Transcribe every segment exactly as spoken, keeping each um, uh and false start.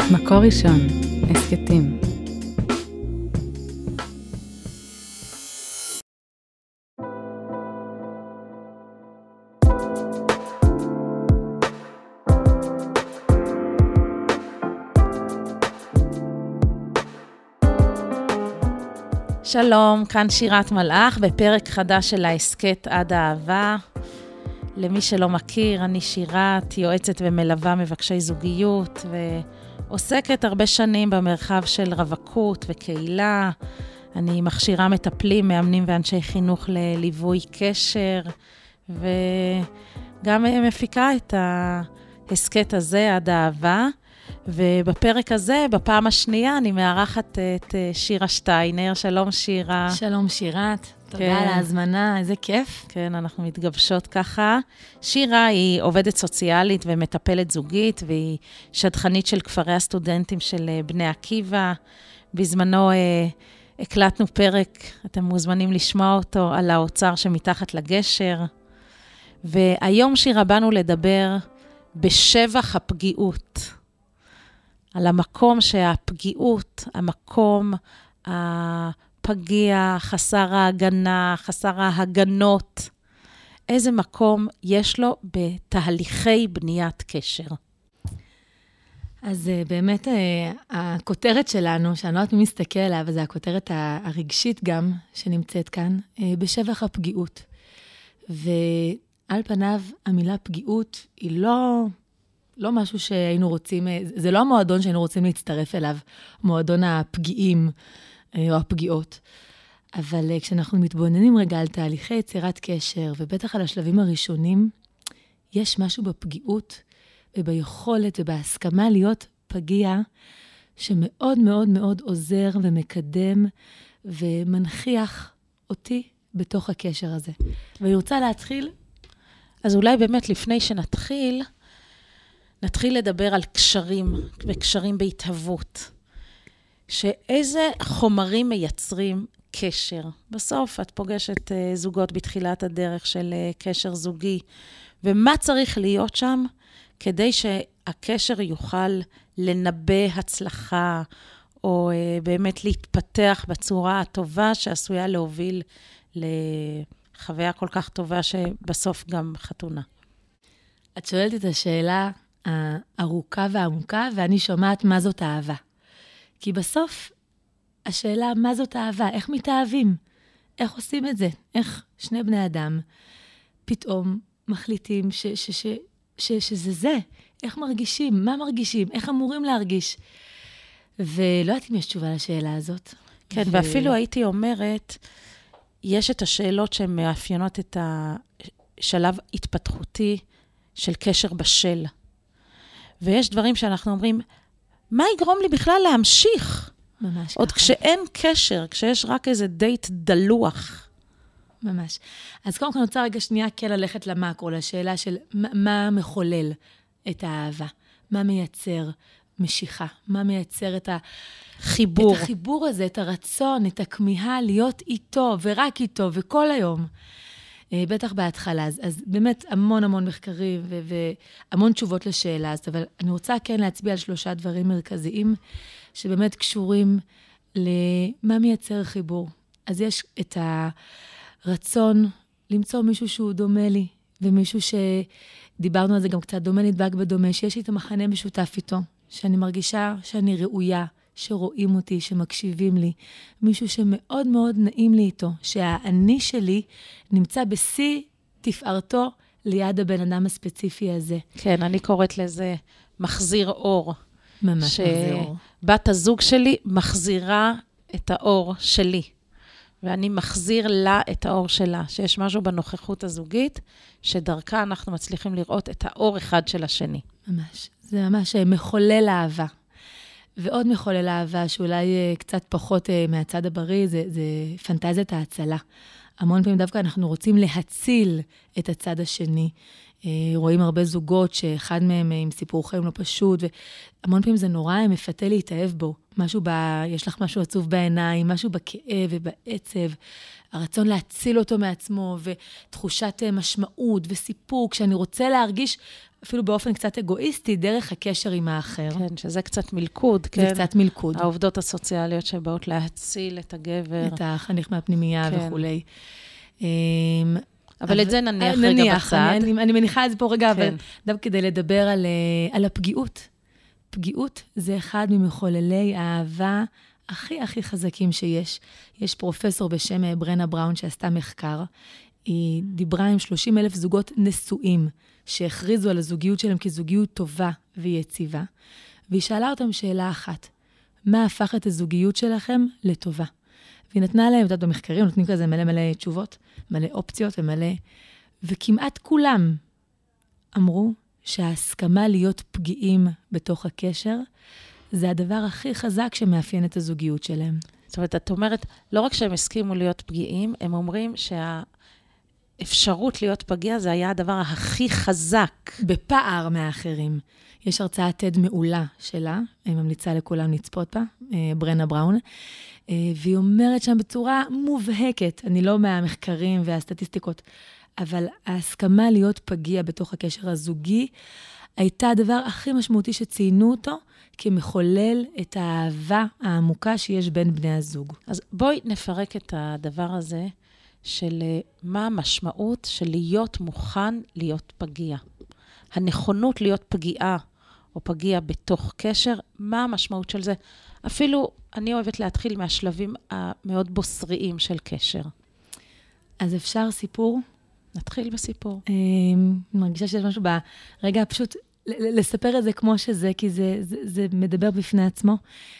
מקור ראשון, הסקטים. שלום, כאן שירת מלאך בפרק חדש של ההסקט עד האהבה. למי שלא מכיר, אני שירת, יועצת ומלווה מבקשי זוגיות, ועוסקת הרבה שנים במרחב של רווקות וקהילה. אני מכשירה מטפלים, מאמנים ואנשי חינוך לליווי קשר, וגם מפיקה את ההסקט הזה עד האהבה. ובפרק הזה, בפעם השנייה, אני מארחת את שירה שטיינר. שלום שירה. שלום שירת, תודה כן. על ההזמנה, איזה כיף. כן, אנחנו מתגבשות ככה. שירה היא עובדת סוציאלית ומטפלת זוגית, והיא שדכנית של כפרי הסטודנטים של בני עקיבא. בזמנו אה, הקלטנו פרק, אתם מוזמנים לשמוע אותו, על האוצר שמתחת לגשר. והיום שירה באנו לדבר בשבח הפגיעות. על המקום שהפגיעות, המקום הפגיע, חסר ההגנה, חסר ההגנות, איזה מקום יש לו בתהליכי בניית קשר. אז באמת הכותרת שלנו, שאני לא יודעת מי מסתכל עליו, זה הכותרת הרגשית גם שנמצאת כאן, בשבח הפגיעות. ועל פניו המילה פגיעות היא לא... לא משהו שהיינו רוצים, זה לא המועדון שהיינו רוצים להצטרף אליו, מועדון הפגיעים או הפגיעות. אבל כשאנחנו מתבוננים רגע על תהליכי יצירת קשר, ובטח על השלבים הראשונים, יש משהו בפגיעות וביכולת ובהסכמה להיות פגיע, שמאוד מאוד מאוד עוזר ומקדם ומנחיח אותי בתוך הקשר הזה. ואני רוצה להתחיל. אז אולי באמת לפני שנתחיל, נתחיל לדבר על קשרים, וקשרים בהתהוות. שאיזה חומרים מייצרים קשר. בסוף את פוגשת זוגות בתחילת הדרך של קשר זוגי, ומה צריך להיות שם כדי שהקשר יוכל לנבא הצלחה, או באמת להתפתח בצורה הטובה שעשויה להוביל לחוויה כל כך טובה שבסוף גם חתונה. את שואלת את השאלה הארוכה והעמוקה, ואני שומעת מה זאת אהבה. כי בסוף, השאלה מה זאת אהבה, איך מתאהבים, איך עושים את זה, איך שני בני אדם פתאום מחליטים ש- ש- ש- ש- שזה זה, איך מרגישים, מה מרגישים, איך אמורים להרגיש. ולא יודעת אם יש תשובה לשאלה הזאת. כן, ו... ואפילו הייתי אומרת, יש את השאלות שהן מאפיינות את השלב התפתחותי של קשר בשל. ויש דברים שאנחנו אומרים, מה יגרום לי בכלל להמשיך? ממש עוד ככה. כשאין קשר, כשיש רק איזה דייט דלוח. ממש. אז קודם כל אני רוצה רגע שנייה כן ללכת למקרו, לשאלה של מה, מה מחולל את האהבה, מה מייצר משיכה, מה מייצר את החיבור. את החיבור הזה, את הרצון, את הכמיהה להיות איתו ורק איתו וכל היום. בטח בהתחלה, אז, אז באמת המון המון מחקרים ו- והמון תשובות לשאלה הזאת, אבל אני רוצה כן להצביע על שלושה דברים מרכזיים, שבאמת קשורים למה מייצר חיבור. אז יש את הרצון למצוא מישהו שהוא דומה לי, ומישהו שדיברנו על זה גם קצת דומה נדבק בדומה, שיש לי את המחנה משותף איתו, שאני מרגישה שאני ראויה, שרואים אותי, שמקשיבים לי, מישהו שמאוד מאוד נעים לי איתו, שהאני שלי נמצא בשיא תפארתו ליד הבן אדם הספציפי הזה. כן, אני קוראת לזה מחזיר אור. ממש מחזיר אור. שבת הזוג שלי מחזירה את האור שלי, ואני מחזיר לה את האור שלה, שיש משהו בנוכחות הזוגית, שדרכה אנחנו מצליחים לראות את האור אחד של השני. ממש, זה ממש מחולל אהבה. ועוד מחולל אהבה, שאולי קצת פחות מהצד הבריא, זה, זה פנטזיית ההצלה. המון פעמים דווקא אנחנו רוצים להציל את הצד השני. רואים הרבה זוגות שאחד מהם עם סיפור חיים לא פשוט, והמון פעמים זה נורא מפתה להתאהב בו. משהו ב... יש לך משהו עצוב בעיניים, משהו בכאב ובעצב, הרצון להציל אותו מעצמו, ותחושת משמעות וסיפוק, שאני רוצה להרגיש אפילו באופן קצת אגואיסטי, דרך הקשר עם האחר. כן, שזה קצת מלכוד, כן. זה קצת מלכוד. העובדות הסוציאליות שבאות להציל את הגבר. את החניך מהפנימייה כן. וכולי. אבל את זה נניח רגע נניח, בצד. אני, אני, אני מניחה את זה פה רגע, כן. אבל דווקא כדי לדבר על, על הפגיעות. פגיעות זה אחד ממחוללי האהבה הכי הכי חזקים שיש. יש פרופסור בשם ברנה בראון שעשתה מחקר. היא דיברה עם שלושים אלף זוגות נשואים, שהכריזו על הזוגיות שלהם כזוגיות טובה ויציבה. והיא שאלה אותם שאלה אחת, מה הפך את הזוגיות שלכם לטובה? והיא נתנה להם, יודעת, במחקרים, נותנים כזה מלא מלא תשובות, מלא אופציות ומלא, וכמעט כולם אמרו שההסכמה להיות פגיעים בתוך הקשר, זה הדבר הכי חזק שמאפיין את הזוגיות שלהם. זאת אומרת, את אומרת, לא רק שהם הסכימו להיות פגיעים, הם אומרים שהאפשרות להיות פגיע זה היה הדבר הכי חזק. בפער מהאחרים. יש הרצאת TED מעולה שלה, אני ממליצה לכולם לצפות בה, ברנה בראון, והיא אומרת שם בצורה מובהקת, אני לא מהמחקרים והסטטיסטיקות, אבל ההסכמה להיות פגיע בתוך הקשר הזוגי, הייתה הדבר הכי משמעותי שציינו אותו, כמחולל את האהבה העמוקה שיש בין בני הזוג. אז בואי נפרק את הדבר הזה, של מה המשמעות של להיות מוכן להיות פגיע. הנכונות להיות פגיעה, או פגיע בתוך קשר, מה המשמעות של זה? אפילו אני אוהבת להתחיל מהשלבים המאוד בוסריים של קשר. אז אפשר סיפור? נתחיל בסיפור. אני מרגישה שיש משהו ברגע פשוט לספר את זה כמו שזה, כי זה, זה, זה מדבר בפני עצמו.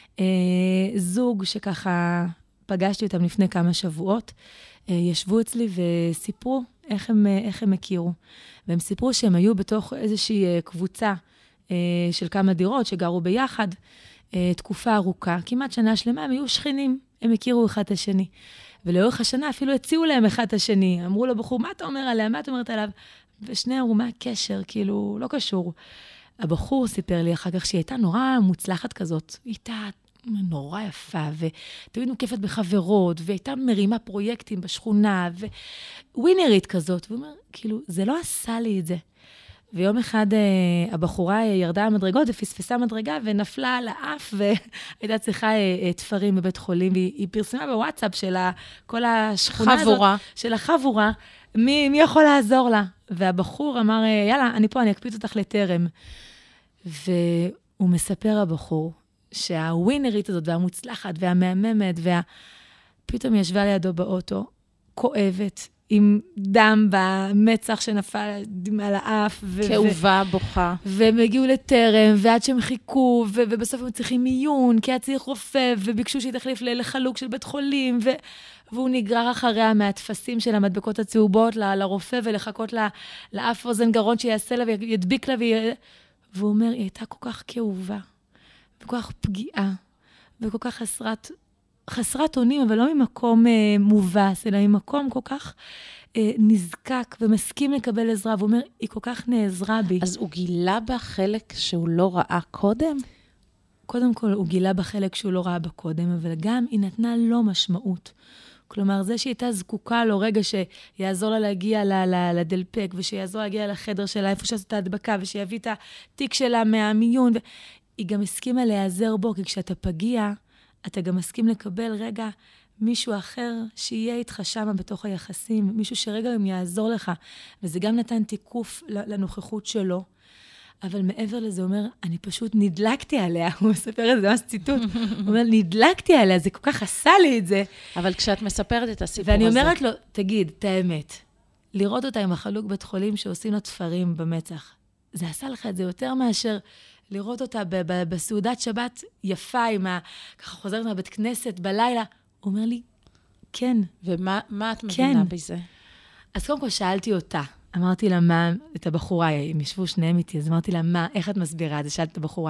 זוג שככה פגשתי אותם לפני כמה שבועות, ישבו אצלי וסיפרו איך הם, איך הם הכירו. והם סיפרו שהם היו בתוך איזושהי קבוצה של כמה דירות שגרו ביחד, תקופה ארוכה, כמעט שנה שלמה, הם היו שכנים, הם הכירו אחד את השני. ולאורך השנה אפילו הציעו להם אחד את השני, אמרו לבחור, מה אתה אומר עליה, מה אתה אומרת עליו? ושני אמרו, מה הקשר? כאילו, לא קשור. הבחור סיפר לי אחר כך שהיא הייתה נורא מוצלחת כזאת, היא הייתה נורא יפה, ותמיד מוקפת בחברות, והייתה מרימה פרויקטים בשכונה, ווינרית כזאת. והוא אומר, כאילו, זה לא עשה לי את זה. ויום אחד הבחורה ירדה המדרגות ופספסה מדרגה ונפלה על האף, והייתה צריכה תפרים בבית חולים, והיא פרסמה בוואטסאפ של כל השכונה חבורה. הזאת, של החבורה, מי, מי יכול לעזור לה? והבחור אמר, יאללה, אני פה, אני אקפיץ אותך לטרם. והוא מספר הבחור, שהווינרית הזאת, והמוצלחת, והמהממת, ופתאום ישבה לידו באוטו, כואבת, עם דם במצח שנפל על האף. כאובה, בוכה. והם הגיעו לטרם, ועד שהם חיכו, ובסוף הם צריכים מיון, כי היה צריך רופא, וביקשו שהיא תחליף לחלוק של בית חולים, והוא נגרר אחריה מהתפסים של המדבקות הצהובות לרופא, ולחכות לאף אוזן גרון שיעשה לה, וידביק לה, והוא אומר, היא הייתה כל כך כאובה, וכל כך פגיעה, וכל כך חסרת... חסרת אונים, אבל לא ממקום אה, מובס, אלא ממקום כל כך אה, נזקק ומסכים לקבל עזרה, ואומר, היא כל כך נעזרה בי. אז הוא גילה בה חלק שהוא לא ראה קודם? קודם כל, הוא גילה בה חלק שהוא לא ראה בה קודם, אבל גם היא נתנה לו משמעות. כלומר, זה שהיא הייתה זקוקה לו רגע שיעזור לה להגיע לדלפק, ושיעזור להגיע לחדר שלה, איפה שעשו את ההדבקה, ושיביא את התיק שלה מהמיון, והיא גם הסכימה להיעזר בו, כי כשאתה פגיע, אתה גם מסכים לקבל רגע מישהו אחר שיהיה איתך שמה בתוך היחסים, מישהו שרגע גם יעזור לך, וזה גם נתן תיקוף לנוכחות שלו. אבל מעבר לזה, הוא אומר, אני פשוט נדלקתי עליה, הוא מספר את זה, ממש ציטוט, הוא אומר, נדלקתי עליה, זה כל כך עשה לי את זה. אבל כשאת מספרת את הסיפור ואני הזה... ואני אומרת לו, תגיד, את האמת, לראות אותה עם החלוק בית חולים שעושים לו תפרים במצח, זה עשה לך את זה יותר מאשר... לראות אותה בסעודת שבת יפה, עם ה... ככה חוזרת מהבית כנסת בלילה. הוא אומר לי, כן. ומה מה את מבינה כן. בזה? אז קודם כל שאלתי אותה. אמרתי לה, מה, את הבחורה, הם ישבו שניהם איתי, אז אמרתי לה, מה, איך את מסבירה? אז שאלתי את הבחורה.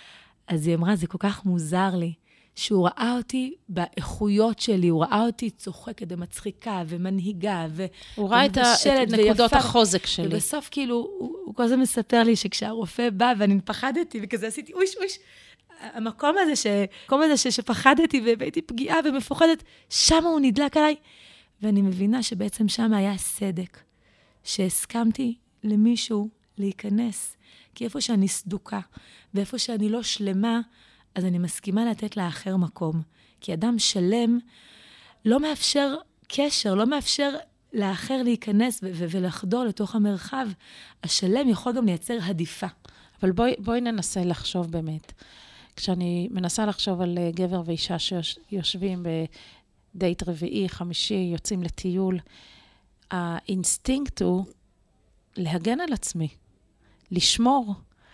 אז היא אמרה, זה כל כך מוזר לי, שהוא ראה אותי באיכויות שלי, הוא ראה אותי צוחקת ומצחיקה ומנהיגה, ו... הוא ראה את, את נקודות החוזק שלי. ובסוף כאילו, הוא, הוא כל הזמן מספר לי שכשהרופא בא ואני פחדתי, וכזה עשיתי אוש אוש, המקום הזה, ש... המקום הזה ש... שפחדתי והייתי פגיעה ומפוחדת, שם הוא נדלק עליי, ואני מבינה שבעצם שם היה סדק, שהסכמתי למישהו להיכנס כי איפה שאני סדוקה, ואיפה שאני לא שלמה, אז אני מסכימה לתת לאחר מקום. כי אדם שלם לא מאפשר קשר, לא מאפשר לאחר להיכנס ו- ו- ולחדור לתוך המרחב. השלם יכול גם לייצר עדיפה. אבל בואי, בואי ננסה לחשוב באמת. כשאני מנסה לחשוב על גבר ואישה שיושבים בדייט רביעי, חמישי, יוצאים לטיול, האינסטינקט הוא להגן על עצמי, לשמור.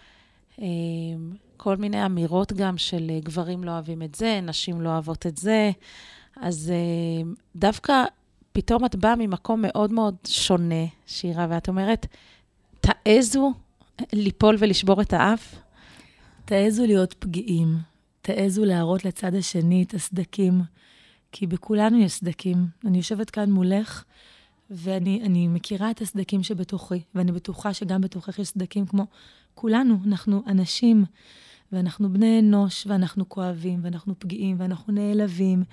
כל מיני אמירות גם של גברים לא אוהבים את זה, נשים לא אוהבות את זה. אז דווקא פתאום את באה ממקום מאוד מאוד שונה, שירה, ואת אומרת, תעזו ליפול ולשבור את האף? תעזו להיות פגיעים, תעזו להראות לצד השני את הסדקים, כי בכולנו יש סדקים. אני יושבת כאן מולך, ואני אני מכירה את הסדקים שבתוכי, ואני בטוחה שגם בתוכך יש סדקים כמו כולנו. אנחנו אנשים, ואנחנו בני אנוש, ואנחנו כואבים, ואנחנו פגיעים, ואנחנו נעלבים.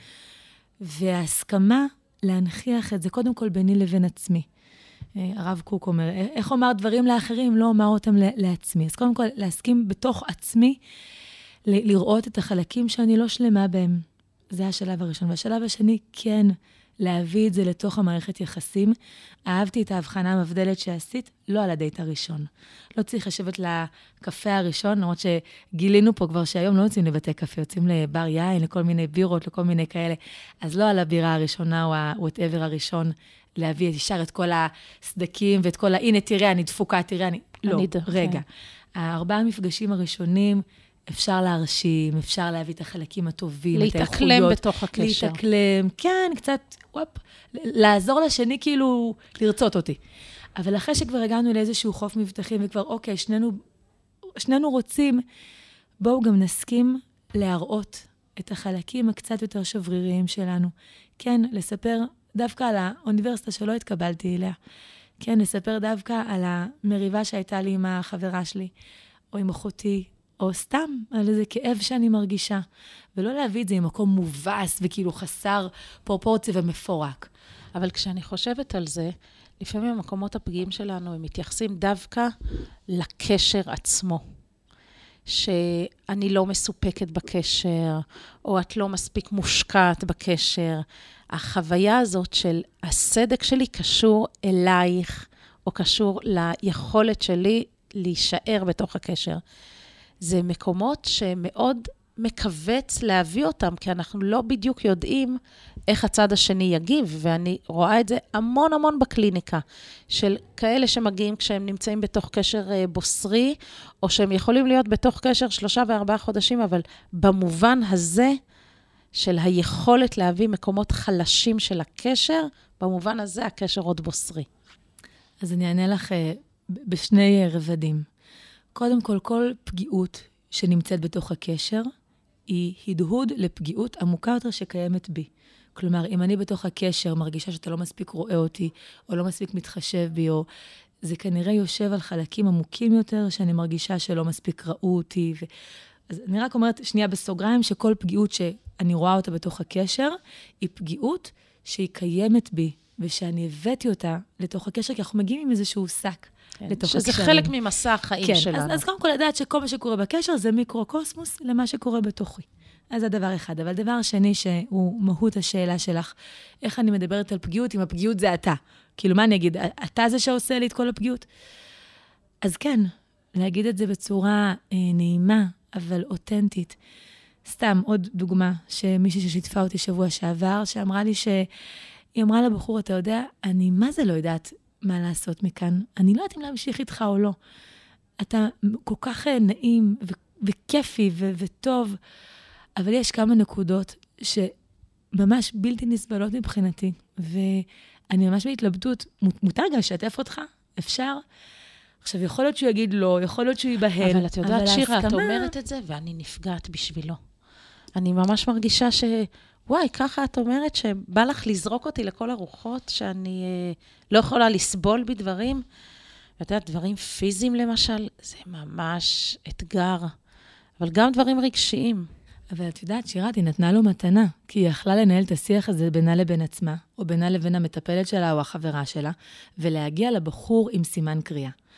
וההסכמה להנחיח את זה, קודם כל ביני לבין עצמי. הרב קוק אומר, איך אומר דברים לאחרים, לא אומר אותם לעצמי. אז קודם כל, להסכים בתוך עצמי, לראות את החלקים שאני לא שלמה בהם. זה השלב הראשון. והשלב השני, כן, להביא את זה לתוך המערכת יחסים. אהבתי את ההבחנה המבדלת שעשית, לא על הדייט הראשון. לא צריך לשבת לקפה הראשון, למרות שגילינו פה כבר שהיום לא יוצאים לבתי קפה, יוצאים לבר יין, לכל מיני בירות, לכל מיני כאלה. אז לא על הבירה הראשונה או ה-whatever הראשון, להביא ישר את כל הסדקים ואת כל ה... הנה, תראה, אני דפוקה, תראה, אני... לא, רגע. הארבעה המפגשים הראשונים, אפשר להרשים, אפשר להביא את החלקים הטובים, את האיכויות. להתאקלם בתוך הקשר. להתאקלם, כן, קצת, וופ, לעזור לשני כאילו לרצות אותי. אבל אחרי שכבר הגענו לאיזשהו חוף מבטחים, וכבר, אוקיי, שנינו, שנינו רוצים, בואו גם נסכים להראות את החלקים הקצת יותר שבריריים שלנו. כן, לספר דווקא על האוניברסיטה שלא התקבלתי אליה. כן, לספר דווקא על המריבה שהייתה לי עם החברה שלי, או עם אחותי, או סתם על איזה כאב שאני מרגישה. ולא להביא את זה עם מקום מובס וכאילו חסר פרופורציה ומפורק. אבל כשאני חושבת על זה, לפעמים המקומות הפגיעים שלנו, הם מתייחסים דווקא לקשר עצמו. שאני לא מסופקת בקשר, או את לא מספיק מושקעת בקשר. החוויה הזאת של הסדק שלי קשור אלייך, או קשור ליכולת שלי להישאר בתוך הקשר. זה מקומות שמאוד מקווץ להביא אותם, כי אנחנו לא בדיוק יודעים איך הצד השני יגיב, ואני רואה את זה המון המון בקליניקה, של כאלה שמגיעים כשהם נמצאים בתוך קשר בוסרי, או שהם יכולים להיות בתוך קשר שלושה וארבעה חודשים, אבל במובן הזה של היכולת להביא מקומות חלשים של הקשר, במובן הזה הקשר עוד בוסרי. אז אני אענה לך בשני רבדים. קודם כל, כל פגיעות שנמצאת בתוך הקשר, היא הדהוד לפגיעות עמוקה יותר שקיימת בי. כלומר, אם אני בתוך הקשר מרגישה שאתה לא מספיק רואה אותי, או לא מספיק מתחשב בי, או זה כנראה יושב על חלקים עמוקים יותר, שאני מרגישה שלא מספיק ראו אותי. ו... אז אני רק אומרת שנייה בסוגריים, שכל פגיעות שאני רואה אותה בתוך הקשר, היא פגיעות שהיא קיימת בי, ושאני הבאתי אותה לתוך הקשר, כי אנחנו מגיעים עם איזשהו שק. שזה חלק ממסע החיים כן, שלנו. אז, אז קודם כל לדעת שכל מה שקורה בקשר זה מיקרוקוסמוס למה שקורה בתוכי. אז זה דבר אחד. אבל דבר שני שהוא מהות השאלה שלך, איך אני מדברת על פגיעות, אם הפגיעות זה אתה. כאילו מה אני אגיד, אתה זה שעושה לי את כל הפגיעות? אז כן, להגיד את זה בצורה אה, נעימה, אבל אותנטית. סתם עוד דוגמה, שמישהי ששיתפה אותי שבוע שעבר, שאמרה לי שהיא אמרה לבחור, אתה יודע, אני מה זה לא יודעת, מה לעשות מכאן. אני לא יודעת אם להמשיך איתך או לא. אתה כל כך נעים ו- וכיפי ו- וטוב, אבל יש כמה נקודות שממש בלתי נסבלות מבחינתי, ואני ממש בהתלבטות. מותר גם לשתף אותך? אפשר? עכשיו, יכול להיות שהוא יגיד לא, יכול להיות שהוא ייבהל. אבל את יודעת, שירה, את אומרת את זה, ואני נפגעת בשבילו. אני ממש מרגישה ש... וואי, ככה את אומרת שבא לך לזרוק אותי לכל הרוחות, שאני אה, לא יכולה לסבול בדברים. ואת יודעת, דברים פיזיים למשל, זה ממש אתגר. אבל גם דברים רגשיים. אבל את יודעת, שירת, היא נתנה לו מתנה, כי היא יכלה לנהל את השיח הזה בינה לבין עצמה, או בינה לבין המטפלת שלה או החברה שלה, ולהגיע לבחור עם סימן קריאה.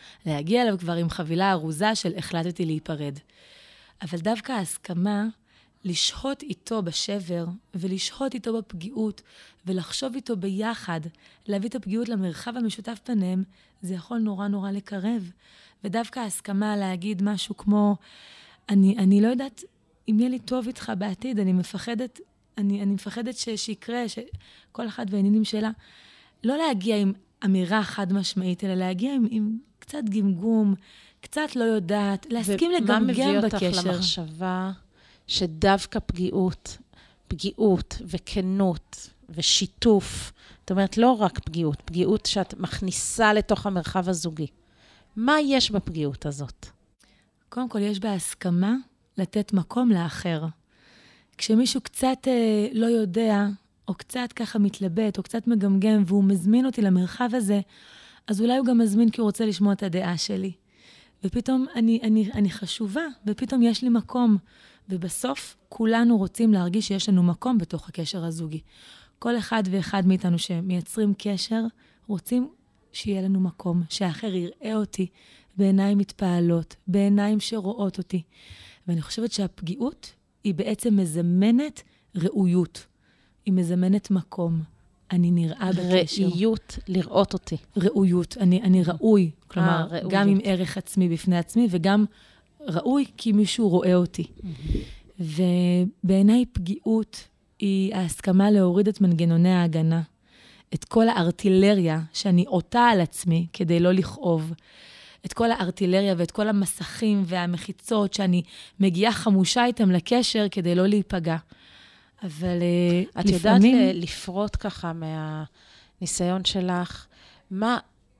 להגיע אליו כבר עם חבילה ארוזה של החלטתי להיפרד. אבל דווקא ההסכמה לשהות איתו בשבר, ולשהות איתו בפגיעות, ולחשוב איתו ביחד, להביא את הפגיעות למרחב המשותף ביניהם, זה יכול נורא נורא לקרב. ודווקא ההסכמה להגיד משהו כמו, אני, אני לא יודעת אם יהיה לי טוב איתך בעתיד, אני מפחדת, אני, אני מפחדת ש, שיקרה, שכל אחד בעניינים שלה, לא להגיע עם אמירה חד משמעית, אלא להגיע עם, עם קצת גמגום, קצת לא יודעת, להסכים לגמגם בקשר. ומה מביא אותך למחשבה שדווקא פגיעות, פגיעות וכנות ושיתוף, זאת אומרת, לא רק פגיעות, פגיעות שאת מכניסה לתוך המרחב הזוגי. מה יש בפגיעות הזאת? קודם כל, יש בהסכמה לתת מקום לאחר. כשמישהו קצת אה, לא יודע, או קצת ככה מתלבט, או קצת מגמגם, והוא מזמין אותי למרחב הזה, אז אולי הוא גם מזמין כי הוא רוצה לשמוע את הדעה שלי. ופתאום אני, אני, אני חשובה, ופתאום יש לי מקום. ובסוף כולנו רוצים להרגיש שיש לנו מקום בתוך הקשר הזוגי. כל אחד ואחד מאיתנו שמייצרים קשר, רוצים שיהיה לנו מקום, שהאחר יראה אותי בעיניים מתפעלות, בעיניים שרואות אותי. ואני חושבת שהפגיעות היא בעצם מזמנת ראויות. היא מזמנת מקום. אני נראה בקשר. ראיות, לראות אותי. ראויות. אני, אני ראוי. כלומר, 아, גם עם ערך עצמי בפני עצמי, וגם ראוי כי מישהו רואה אותי. Mm-hmm. ובעיניי פגיעות היא ההסכמה להוריד את מנגנוני ההגנה. את כל הארטילריה שאני עוטה על עצמי כדי לא לכאוב. את כל הארטילריה ואת כל המסכים והמחיצות שאני מגיעה חמושה איתם לקשר כדי לא להיפגע. אבל את לפעמים... יודעת לפרוט ככה מהניסיון שלך, מה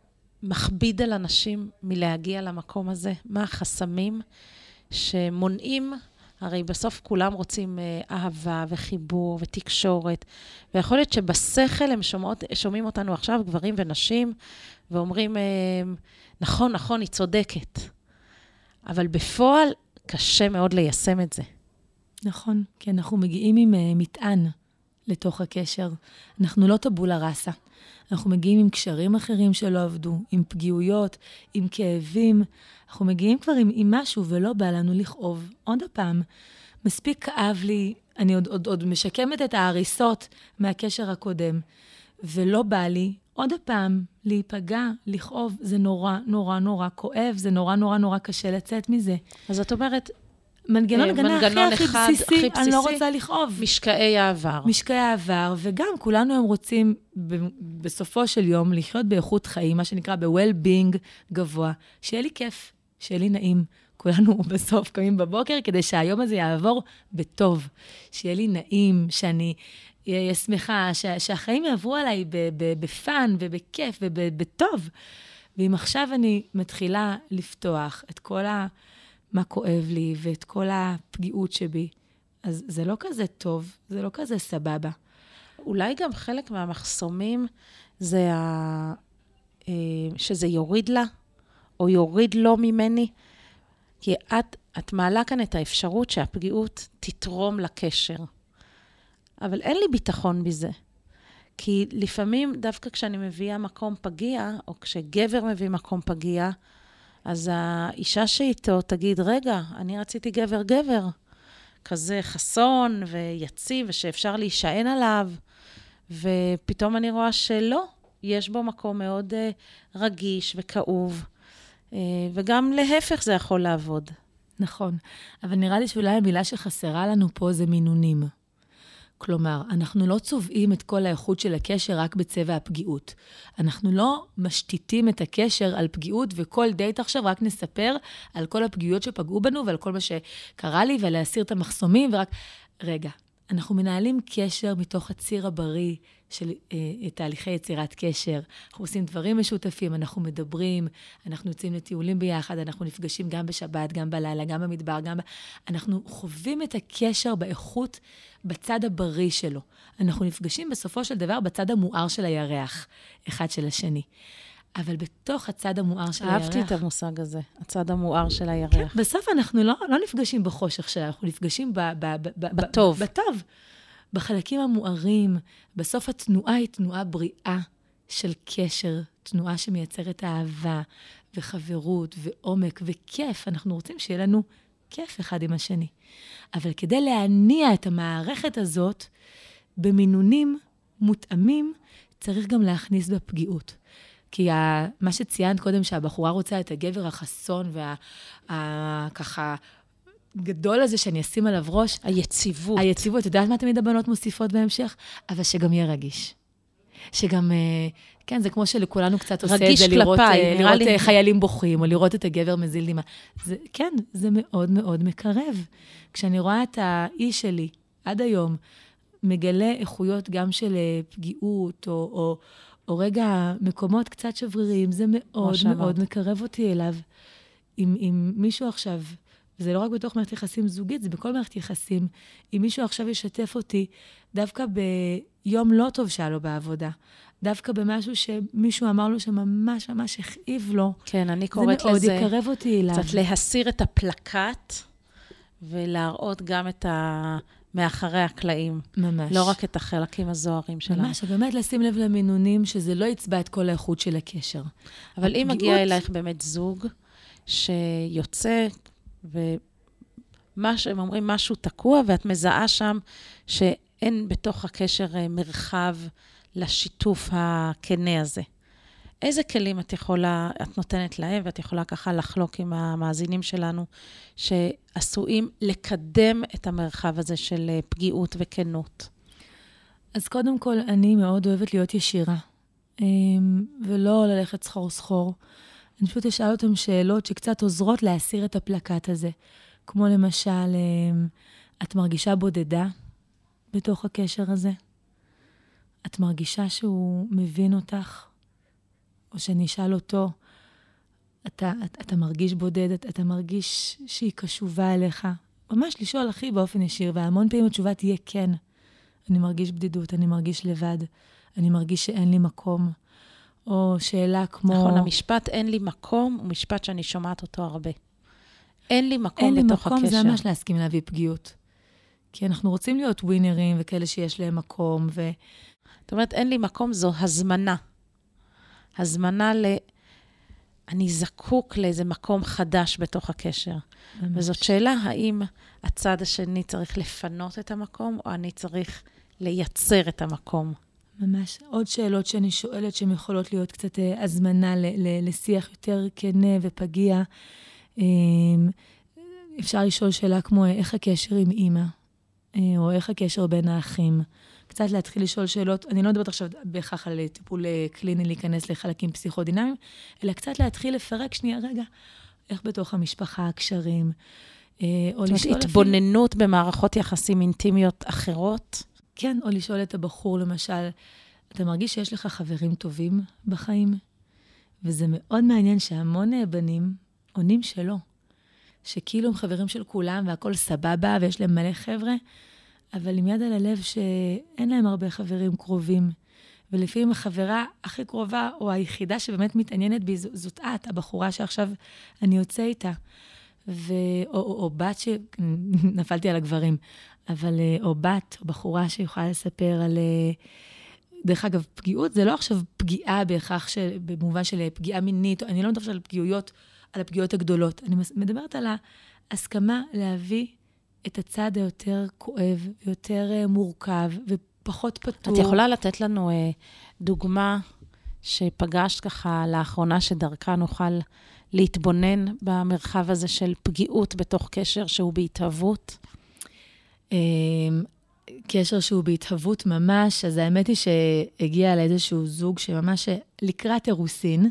מכביד על אנשים מלהגיע למקום הזה? מה החסמים שמונעים? הרי בסוף כולם רוצים אהבה וחיבור ותקשורת, ויכול להיות שבשכל הם שומעות, שומעים אותנו עכשיו, גברים ונשים, ואומרים, נכון, נכון, היא צודקת. אבל בפועל קשה מאוד ליישם את זה. נכון, כי אנחנו מגיעים עם uh, מטען לתוך הקשר. אנחנו לא טבולה ראסה. אנחנו מגיעים עם קשרים אחרים שלא עבדו, עם פגיעויות, עם כאבים. אנחנו מגיעים כבר עם, עם משהו ולא בא לנו לכאוב. עוד הפעם, מספיק כאב לי, אני עוד, עוד, עוד משקמת את ההריסות מהקשר הקודם, ולא בא לי עוד הפעם להיפגע, לכאוב. זה נורא, נורא, נורא כואב, זה נורא, נורא, נורא קשה לצאת מזה. אז את אומרת, מנגנון הגנה הכי, הכי, אחד, בסיסי, הכי בסיסי, אני לא רוצה לכאוב. משקעי העבר. משקעי העבר, וגם כולנו הם רוצים ב- בסופו של יום לחיות באיכות חיים, מה שנקרא ב-well-being גבוה, שיהיה לי כיף, שיהיה לי נעים. כולנו בסוף קמים בבוקר כדי שהיום הזה יעבור בטוב, שיהיה לי נעים, שאני אהיה שמחה, שה- שהחיים יעברו עליי בפן ובכיף ובטוב. ואם עכשיו אני מתחילה לפתוח את כל ה... מה כואב לי, ואת כל הפגיעות שבי. אז זה לא כזה טוב, זה לא כזה סבבה. אולי גם חלק מהמחסומים זה ה... שזה יוריד לה, או יוריד לו ממני, כי את, את מעלה כאן את האפשרות שהפגיעות תתרום לקשר. אבל אין לי ביטחון בזה. כי לפעמים, דווקא כשאני מביאה מקום פגיע, או כשגבר מביא מקום פגיע, אז האישה שאיתו תגיד, רגע, אני רציתי גבר-גבר, כזה חסון ויציב, ושאפשר להישען עליו, ופתאום אני רואה שלא, יש בו מקום מאוד uh, רגיש וכאוב, uh, וגם להפך זה יכול לעבוד. נכון, אבל נראה לי שאולי המילה שחסרה לנו פה זה מינונים. כלומר, אנחנו לא צובעים את כל האיכות של הקשר רק בצבע הפגיעות. אנחנו לא משתיתים את הקשר על פגיעות, וכל דייט עכשיו רק נספר על כל הפגיעות שפגעו בנו, ועל כל מה שקרה לי, ולהסיר את המחסומים, ורק... רגע, אנחנו מנהלים קשר מתוך הציר הבריא של אה, תהליכי יצירת קשר. אנחנו עושים דברים משותפים, אנחנו מדברים, אנחנו יוצאים לטיולים ביחד, אנחנו נפגשים גם בשבת, גם בלילה, גם במדבר, גם... ב... אנחנו חווים את הקשר באיכות בצד הבריא שלו. אנחנו נפגשים בסופו של דבר בצד המואר של הירח, אחד של השני. אבל בתוך הצד המואר של הירח... אהבתי את המושג הזה, הצד המואר של הירח. כן, בסוף אנחנו לא, לא נפגשים בחושך שלה, אנחנו נפגשים ב, ב, ב, ב, בטוב. ב, בטוב. בחלקים המוארים, בסוף התנועה היא תנועה בריאה של קשר, תנועה שמייצרת אהבה וחברות ועומק וכיף. אנחנו רוצים שיהיה לנו כיף אחד עם השני. אבל כדי להניע את המערכת הזאת, במינונים מותאמים, צריך גם להכניס בפגיעות. כי ה, מה שציינת קודם, שהבחורה רוצה את הגבר החסון, והככה גדול הזה שאני אשים עליו ראש. היציבות. היציבות, את יודעת מה תמיד הבנות מוסיפות בהמשך? אבל שגם יהיה רגיש. שגם, כן, זה כמו שלכולנו קצת עושה את זה, לראות, לראות לי... חיילים בוכים, או לראות את הגבר מזיל דמעה. זה, כן, זה מאוד מאוד מקרב. כשאני רואה את האיש שלי, עד היום, מגלה איכויות גם של פגיעות, או, או, או רגע מקומות קצת שבריריים, זה מאוד מאוד מקרב אותי אליו. אם, אם מישהו עכשיו, וזה לא רק בתוך מערכת יחסים זוגית, זה בכל מערכת יחסים, אם מישהו עכשיו ישתף אותי, דווקא ביום לא טוב שהיה לו בעבודה, דווקא במשהו שמישהו אמר לו שממש ממש הכאיב לו, כן, אני קוראת לזה, זה מאוד יקרב אותי אליו. קצת להסיר את הפלקט, ולהראות גם את ה... מאחרי הקלעים. ממש. לא רק את החלקים הזוהרים שלנו. ממש, ובאמת לשים לב למינונים, שזה לא יצבע את כל האיכות של הקשר. אבל הפגיעות... אם מגיע אלייך באמת זוג, שיוצא, ומה שהם אומרים, משהו תקוע, ואת מזהה שם, שאין בתוך הקשר מרחב לשיתוף הכנה הזה. איזה כלים את יכולה, את נותנת להם, ואת יכולה ככה לחלוק עם המאזינים שלנו, שעשויים לקדם את המרחב הזה של פגיעות וכנות? אז קודם כל, אני מאוד אוהבת להיות ישירה, ולא ללכת סחור סחור. אני פשוט אשאל אותם שאלות שקצת עוזרות להסיר את הפלקט הזה. כמו למשל, את מרגישה בודדה בתוך הקשר הזה? את מרגישה שהוא מבין אותך? או שאני אשאל אותו, אתה, אתה, אתה מרגיש בודד, אתה, אתה מרגיש שהיא קשובה אליך? ממש לשאול הכי באופן ישיר, והמון פעמים התשובה תהיה כן. אני מרגיש בדידות, אני מרגיש לבד, אני מרגיש שאין לי מקום. או שאלה כמו... נכון, המשפט אין לי מקום, הוא משפט שאני שומעת אותו הרבה. אין לי מקום אין בתוך לי מקום, הקשר. זה ממש להסכים להביא פגיעות. כי אנחנו רוצים להיות ווינרים וכאלה שיש להם מקום. ו... זאת אומרת, אין לי מקום, זו הזמנה. הזמנה ל... אני זקוק לאיזה מקום חדש בתוך הקשר. ממש. וזאת שאלה, האם הצד השני צריך לפנות את המקום, או אני צריך לייצר את המקום? ממש. עוד שאלות שאני שואלת, שהן יכולות להיות קצת אה, הזמנה ל- ל- לשיח יותר כנה ופגיע. אה, אפשר לשאול שאלה כמו, איך הקשר עם אמא? אה, או איך הקשר בין האחים? קצת להתחיל לשאול שאלות, אני לא מדברת עכשיו בהכרח על טיפול קליני להיכנס לחלקים פסיכודינמיים, אלא קצת להתחיל לפרק שנייה רגע, איך בתוך המשפחה, הקשרים, או לשאול... התבוננות במערכות יחסים אינטימיות אחרות? כן, או לשאול את הבחור, למשל, אתה מרגיש שיש לך חברים טובים בחיים? וזה מאוד מעניין שהמון בנים עונים שלא, שכאילו הם חברים של כולם והכל סבבה ויש להם מלא חבר'ה, אבל עם יד על הלב שאין להם הרבה חברים קרובים, ולפעמים החברה הכי קרובה, או היחידה שבאמת מתעניינת בי, זאת את, הבחורה שעכשיו אני יוצא איתה. ו... או, או, או בת ש... נפלתי על הגברים, אבל או בת, או בחורה שיכולה לספר על... דרך אגב, פגיעות זה לא עכשיו פגיעה בהכרח של... במובן של פגיעה מינית, אני לא מדברת על פגיעויות, על הפגיעות הגדולות. אני מדברת על ההסכמה להביא את הצד היותר כואב, יותר מורכב ופחות פתור. את יכולה לתת לנו אה, דוגמה שפגשת ככה לאחרונה, שדרכה נוכל להתבונן במרחב הזה של פגיעות בתוך קשר שהוא בהתהוות? אה, קשר שהוא בהתהוות ממש, אז האמת היא שהגיע לאיזשהו זוג שממש לקראת אירוסין,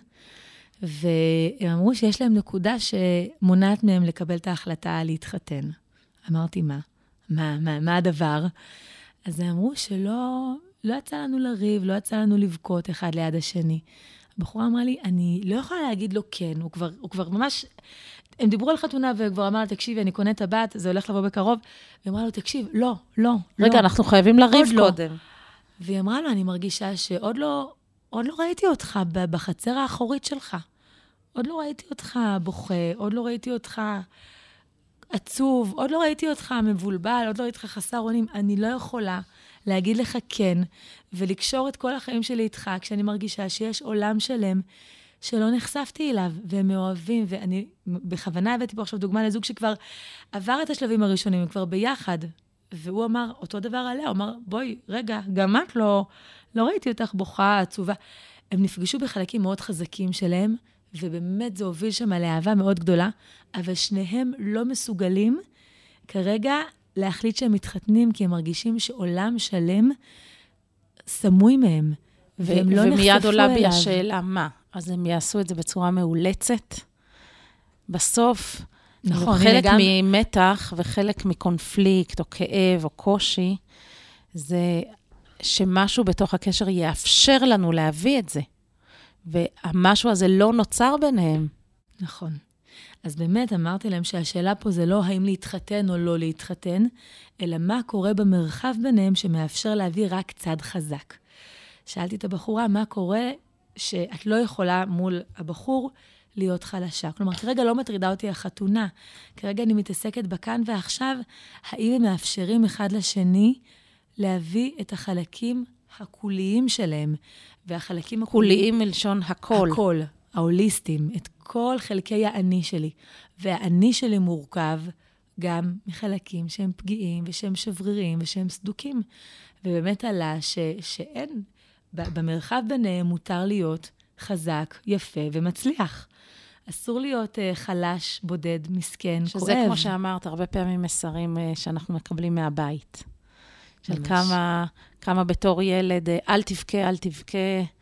והם אמרו שיש להם נקודה שמונעת מהם לקבל את ההחלטה להתחתן. אמרתי, מה? מה, מה, מה הדבר? אז הם אמרו שלא, לא יצא לנו לריב, לא יצא לנו לבכות אחד ליד השני. הבחורה אמרה לי, אני לא יכולה להגיד לו כן, הוא כבר, הוא כבר ממש, הם דיברו על חתונה וכבר אמר לה, תקשיבי, אני קונה את הבת, זה הולך לבוא בקרוב, ואמרה לו, תקשיב, לא, לא, רגע, לא. אנחנו חייבים לריב קודם. לא. והיא אמרה לו, אני מרגישה שעוד לא, עוד לא ראיתי אותך בחצר האחורית שלך. עוד לא ראיתי אותך בוכה, עוד לא ראיתי אותך עצוב, עוד לא ראיתי אותך מבולבל, עוד לא ראיתי אותך חסר אונים. אני לא יכולה להגיד לך כן, ולקשור את כל החיים שלי איתך, כשאני מרגישה שיש עולם שלם שלא נחשפתי אליו, והם מאוהבים, ואני בכוונה הבאתי פה עכשיו דוגמה לזוג שכבר עבר את השלבים הראשונים, הם כבר ביחד, והוא אמר אותו דבר עליה, הוא אמר, בואי, רגע, גם את לא, לא ראיתי אותך בוכה, עצובה. הם נפגשו בחלקים מאוד חזקים שלהם, ובאמת זה הוביל שם לאהבה מאוד גדולה, אבל שניהם לא מסוגלים כרגע להחליט שהם מתחתנים, כי הם מרגישים שעולם שלם סמוי מהם, והם ו- לא נחשפו אליו. ומיד עולה בי השאלה, מה? אז הם יעשו את זה בצורה מאולצת? בסוף, נכון, חלק גם... ממתח וחלק מקונפליקט או כאב או קושי, זה שמשהו בתוך הקשר יאפשר לנו להביא את זה. והמשהו הזה לא נוצר ביניהם. נכון. אז באמת אמרתי להם שהשאלה פה זה לא האם להתחתן או לא להתחתן, אלא מה קורה במרחב ביניהם שמאפשר להביא רק צד חזק. שאלתי את הבחורה, מה קורה שאת לא יכולה מול הבחור להיות חלשה? כלומר, כרגע לא מטרידה אותי החתונה, כרגע אני מתעסקת בכאן ועכשיו, האם הם מאפשרים אחד לשני להביא את החלקים הקוליים שלהם, והחלקים הקוליים מלשון הכל. הכל, ההוליסטים, את כל חלקי האני שלי. והאני שלי מורכב גם מחלקים שהם פגיעים, ושהם שברירים, ושהם סדוקים. ובאמת עלה ש, שאין, במרחב ביניהם מותר להיות חזק, יפה ומצליח. אסור להיות uh, חלש, בודד, מסכן, שזה כואב. שזה כמו שאמרת, הרבה פעמים מסרים uh, שאנחנו מקבלים מהבית. של כמה, כמה בתור ילד, אל תבכה, אל תבכה,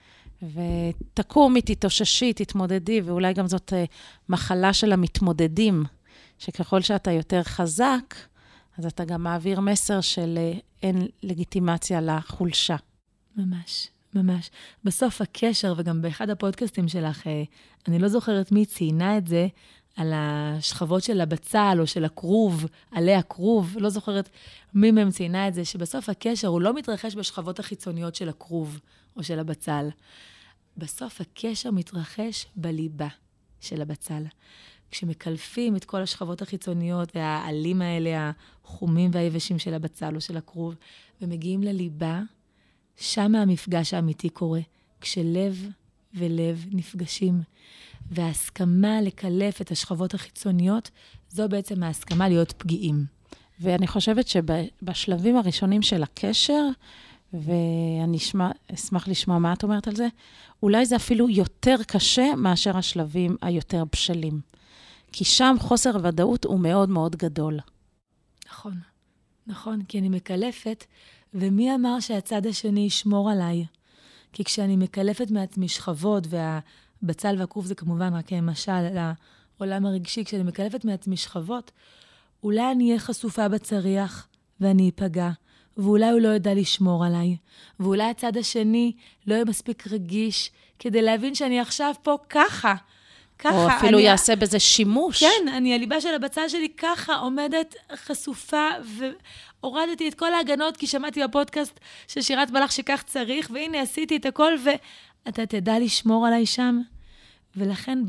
ותקומי, תתאוששי, תתמודדי, ואולי גם זאת מחלה של המתמודדים, שככל שאתה יותר חזק, אז אתה גם מעביר מסר של אין לגיטימציה לחולשה. ממש, ממש. בסוף הקשר, וגם באחד הפודקאסטים שלך, אני לא זוכרת מי ציינה את זה, על השכבות של הבצל או של הכרוב, עלי הכרוב, לא זוכרת מי מהם ציינה את זה, שבסוף הקשר הוא לא מתרחש בשכבות החיצוניות של הכרוב או של הבצל. בסוף הקשר מתרחש בליבה של הבצל. כשמקלפים את כל השכבות החיצוניות והעלים האלה, החומים והיבשים של הבצל או של הכרוב, ומגיעים לליבה, שם המפגש האמיתי קורה, כשלב ולב נפגשים. וההסכמה לקלף את השכבות החיצוניות, זו בעצם ההסכמה להיות פגיעים. ואני חושבת שבשלבים הראשונים של הקשר, ואני אשמע, אשמח לשמוע מה את אומרת על זה, אולי זה אפילו יותר קשה מאשר השלבים היותר בשלים. כי שם חוסר ודאות הוא מאוד מאוד גדול. נכון, נכון, כי אני מקלפת, ומי אמר שהצד השני ישמור עליי? כי כשאני מקלפת מעצמי שכבות, והבצל והכרוב זה כמובן רק משל לעולם הרגשי, כשאני מקלפת מעצמי שכבות, אולי אני אהיה חשופה בצריח, ואני אפגע, ואולי הוא לא ידע לשמור עליי, ואולי הצד השני לא יהיה מספיק רגיש, כדי להבין שאני עכשיו פה ככה, ככה. או אפילו אני... יעשה בזה שימוש. כן, אני, הליבה של הבצל שלי ככה עומדת חשופה, והורדתי את כל ההגנות, כי שמעתי בפודקאסט של שירת מלאך שכך צריך, והנה עשיתי את הכל, ואתה תדע לשמור עליי שם. ולכן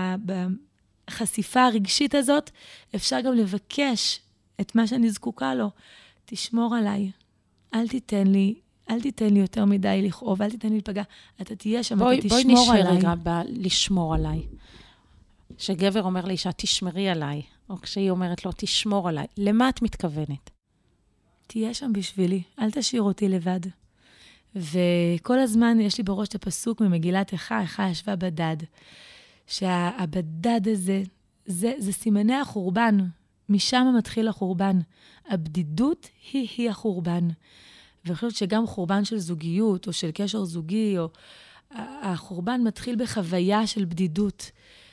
בחשיפה הרגשית הזאת, אפשר גם לבקש את מה שאני זקוקה לו. תשמור עליי, אל תיתן לי, אל תיתן לי יותר מדי לכאוב, אל תיתן לי לפגע, אתה תהיה שם, בואי, אתה תשמור בואי עליי. בואי נשאר רגע לשמור עליי. שגבר אומר לאישה, תשמרי עליי, או כשהיא אומרת לו, תשמור עליי. למה את מתכוונת? תהיה שם בשבילי, אל תשאיר אותי לבד. וכל הזמן יש לי בראש את הפסוק ממגילת איכה, איכה ישבה בדד. שהבדד הזה, זה, זה סימני החורבן. משם מתחיל החורבן. הבדידות היא-היא החורבן. ואני חושבת שגם חורבן של זוגיות, או של קשר זוגי, או החורבן מתחיל בחוויה של בדידות.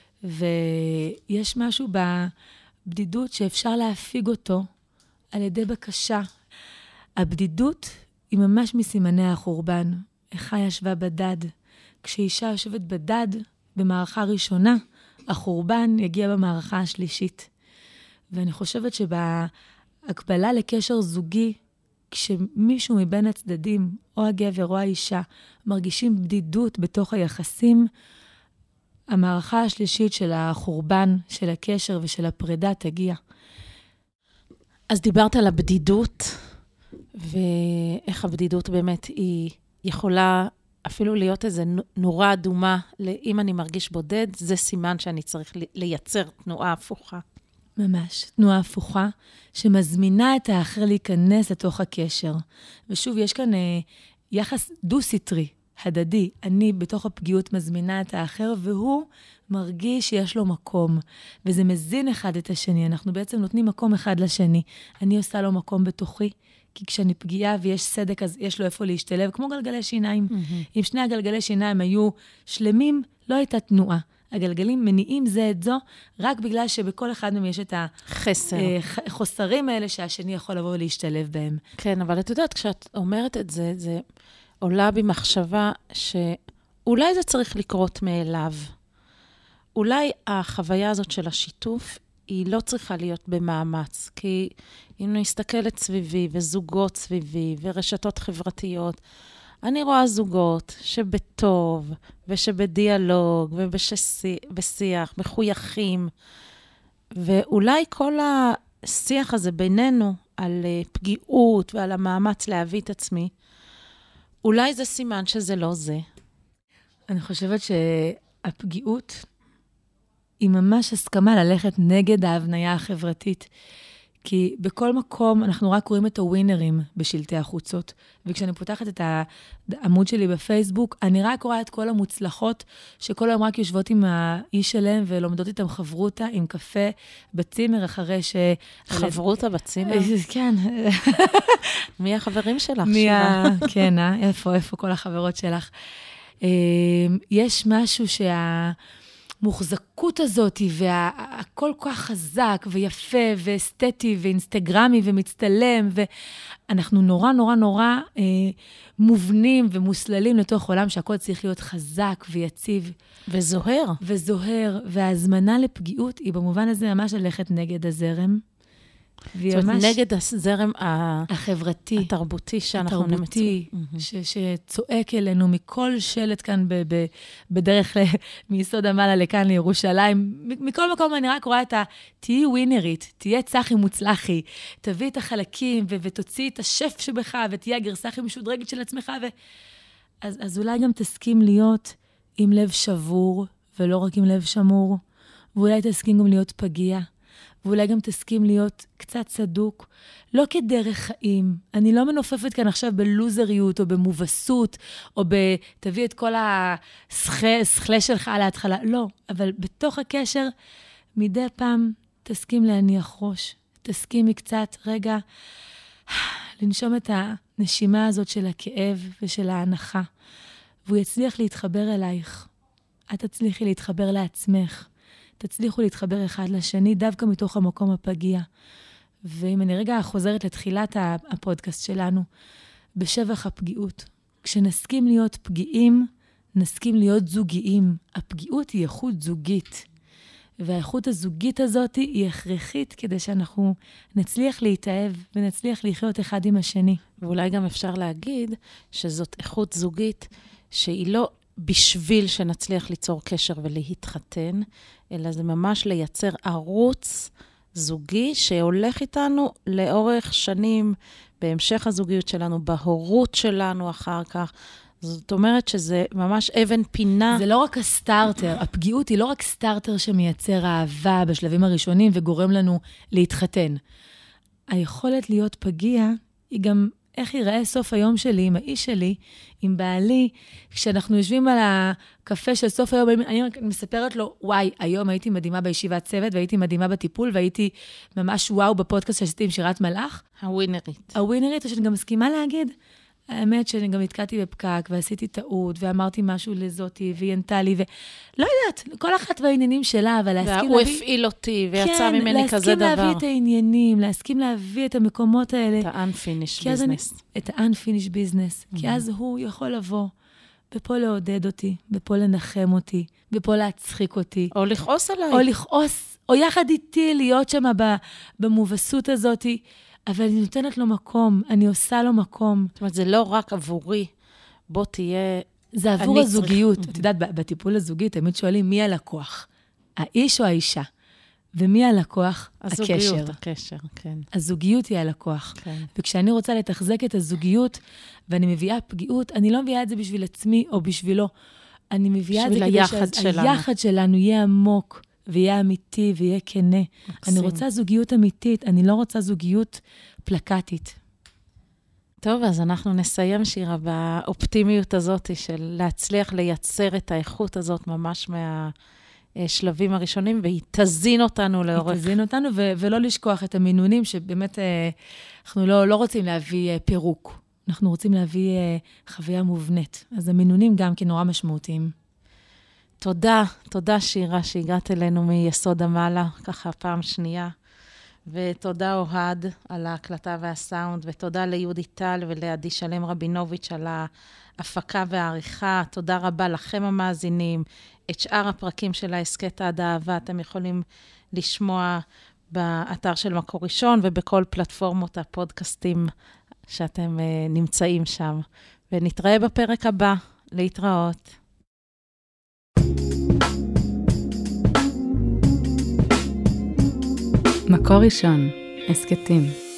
ויש משהו בבדידות שאפשר להפיג אותו על ידי בקשה. הבדידות היא ממש מסימני החורבן. איכה ישבה בדד. כשאישה יושבת בדד במערכה ראשונה, החורבן יגיע במערכה השלישית. ואני חושבת שבהקבלה לקשר זוגי, כשמישהו מבין הצדדים, או הגבר או האישה, מרגישים בדידות בתוך היחסים, המערכה השלישית של החורבן, של הקשר ושל הפרידה תגיע. אז דיברת על הבדידות, ואיך הבדידות באמת היא יכולה אפילו להיות איזו נורה אדומה, אם אני מרגיש בודד, זה סימן שאני צריך לייצר תנועה הפוכה. ממש, תנועה הפוכה, שמזמינה את האחר להיכנס לתוך הקשר. ושוב, יש כאן אה, יחס דו-סטרי, הדדי. אני בתוך הפגיעות מזמינה את האחר, והוא מרגיש שיש לו מקום. וזה מזין אחד את השני. אנחנו בעצם נותנים מקום אחד לשני. אני עושה לו מקום בתוכי, כי כשאני פגיעה ויש סדק, אז יש לו איפה להשתלב, כמו גלגלי שיניים. Mm-hmm. אם שני הגלגלי שיניים היו שלמים, לא הייתה תנועה. הגלגלים מניעים זה את זו, רק בגלל שבכל אחד מהם יש את החסר. החוסרים האלה שהשני יכול לבוא ולהשתלב בהם. כן, אבל את יודעת, כשאת אומרת את זה, זה עולה במחשבה שאולי זה צריך לקרות מאליו. אולי החוויה הזאת של השיתוף, היא לא צריכה להיות במאמץ, כי אם נסתכלת סביבי, וזוגות סביבי, ורשתות חברתיות, אני רואה זוגות שבטוב, ושבדיאלוג, ובשיח, מחויכים, ואולי כל השיח הזה בינינו, על פגיעות ועל המאמץ להביא את עצמי, אולי זה סימן שזה לא זה. אני חושבת שהפגיעות היא ממש הסכמה ללכת נגד ההבניה החברתית. כי בכל מקום אנחנו רק רואים את הווינרים בשלטי החוצות. וכשאני פותחת את העמוד שלי בפייסבוק, אני רק רואה את כל המוצלחות, שכל היום רק יושבות עם האיש שלהם, ולומדות איתם חברותה עם קפה בצימר, אחרי ש... חברותה בצימר? כן. מי החברים שלך? מי ה... כן, אה? איפה, איפה כל החברות שלך? יש משהו שה... מוחזקות הזאת, והכל כך חזק ויפה ואסתטי ואינסטגרמי ומצטלם, ואנחנו נורא נורא נורא אה, מובנים ומוסללים לתוך עולם שהכל צריך להיות חזק ויציב. וזוהר. וזוהר, וההזמנה לפגיעות היא במובן הזה ממש ללכת נגד הזרם. זאת אומרת, נגד הזרם החברתי, התרבותי שאנחנו התרבותי, שצועק אלינו מכל שלט כאן בדרך מיסוד המעלה לכאן לירושלים. מכל מקום אני רק רואה את ה... תהי ווינרית, תהיה צחי מוצלחי, תביא את החלקים ותוציא את השף שבך, ותהיה הגרסה הכי משודרגת של עצמך. אז אולי גם תסכים להיות עם לב שבור, ולא רק עם לב שמור, ואולי תסכים גם להיות פגיע. ואולי גם תסכים להיות קצת צדוק, לא כדרך חיים. אני לא מנופפת כאן עכשיו בלוזריות, או במובסות, או בתביא את כל השכלה שלך על ההתחלה. לא, אבל בתוך הקשר, מדי פעם תסכים להניח ראש. תסכימי קצת, רגע, לנשום את הנשימה הזאת של הכאב ושל ההנחה. והוא יצליח להתחבר אלייך. את תצליחי להתחבר לעצמך. תצליחו להתחבר אחד לשני, דווקא מתוך המקום הפגיע. ואם אני רגע חוזרת לתחילת הפודקאסט שלנו, בשבח הפגיעות. כשנסכים להיות פגיעים, נסכים להיות זוגיים. הפגיעות היא איכות זוגית. והאיכות הזוגית הזאת היא הכרחית כדי שאנחנו נצליח להתאהב ונצליח לחיות אחד עם השני. ואולי גם אפשר להגיד שזאת איכות זוגית שהיא לא בשביל שנצליח ליצור קשר ולהתחתן, אלא זה ממש לייצר ערוץ זוגי שהולך איתנו לאורך שנים בהמשך הזוגיות שלנו, בהורות שלנו אחר כך. זאת אומרת שזה ממש אבן פינה. זה לא רק הסטארטר, הפגיעות היא לא רק סטארטר שמייצר אהבה בשלבים הראשונים וגורם לנו להתחתן. היכולת להיות פגיע היא גם איך ייראה סוף היום שלי עם האיש שלי, עם בעלי, כשאנחנו יושבים על הקפה של סוף היום, אני מספרת לו, וואי, היום הייתי מדהימה בישיבת צוות, והייתי מדהימה בטיפול, והייתי ממש וואו בפודקאסט שעשיתי עם שירת מלאך. הווינרית. הווינרית, שאני גם מסכימה להגיד, האמת שאני גם התקעתי בפקק, ועשיתי טעות, ואמרתי משהו לזאתי, והיא ענתה לי, ולא יודעת, כל אחת והעניינים שלה, אבל להסכים להביא... והוא הפעיל אותי, ויצא ממני כזה דבר. כן, להסכים להביא את העניינים, להסכים להביא את המקומות האלה. את ה-unfinished business. את ה-unfinished business. כי אז הוא יכול לבוא, ופה לעודד אותי, ופה לנחם אותי, ופה להצחיק אותי. או לכעוס עליי. או לכעוס, או יחד איתי להיות שם במובסות הזאת, אבל אני נותנת לו מקום, אני עושה לו מקום. זאת אומרת, זה לא רק עבורי, בוא תהיה... זה עבור הזוגיות. את יודעת, בטיפול הזוגי, תמיד שואלים מי הלקוח, האיש או האישה? ומי הלקוח? הזוגיות, הקשר. הקשר, כן. הזוגיות היא הלקוח. כן. וכשאני רוצה לתחזק את הזוגיות, ואני מביאה פגיעות, אני לא מביאה את זה בשביל עצמי או בשבילו. אני מביאה את זה כדי שהיחד שלנו יהיה עמוק, ויהיה אמיתי, ויהיה כנה. מקסים. אני רוצה זוגיות אמיתית, אני לא רוצה זוגיות פלקטית. טוב, אז אנחנו נסיים, שירה, באופטימיות הזאת של להצליח לייצר את האיכות הזאת ממש מהשלבים הראשונים, והיא תזין אותנו לאורך. היא תזין אותנו, ו- ולא לשכוח את המינונים, שבאמת אנחנו לא, לא רוצים להביא פירוק. אנחנו רוצים להביא חוויה מובנית. אז המינונים גם כן נורא משמעותיים. תודה, תודה שירה שהגעת אלינו מיסוד המעלה, ככה פעם שנייה. ותודה אוהד על ההקלטה והסאונד, ותודה ליהודי טל ולעדי שלם רבינוביץ' על ההפקה והעריכה. תודה רבה לכם המאזינים. את שאר הפרקים של העסקת עד האהבה אתם יכולים לשמוע באתר של מקור ראשון, ובכל פלטפורמות הפודקאסטים שאתם uh, נמצאים שם. ונתראה בפרק הבא. להתראות. מקור ראשון, הסקטים.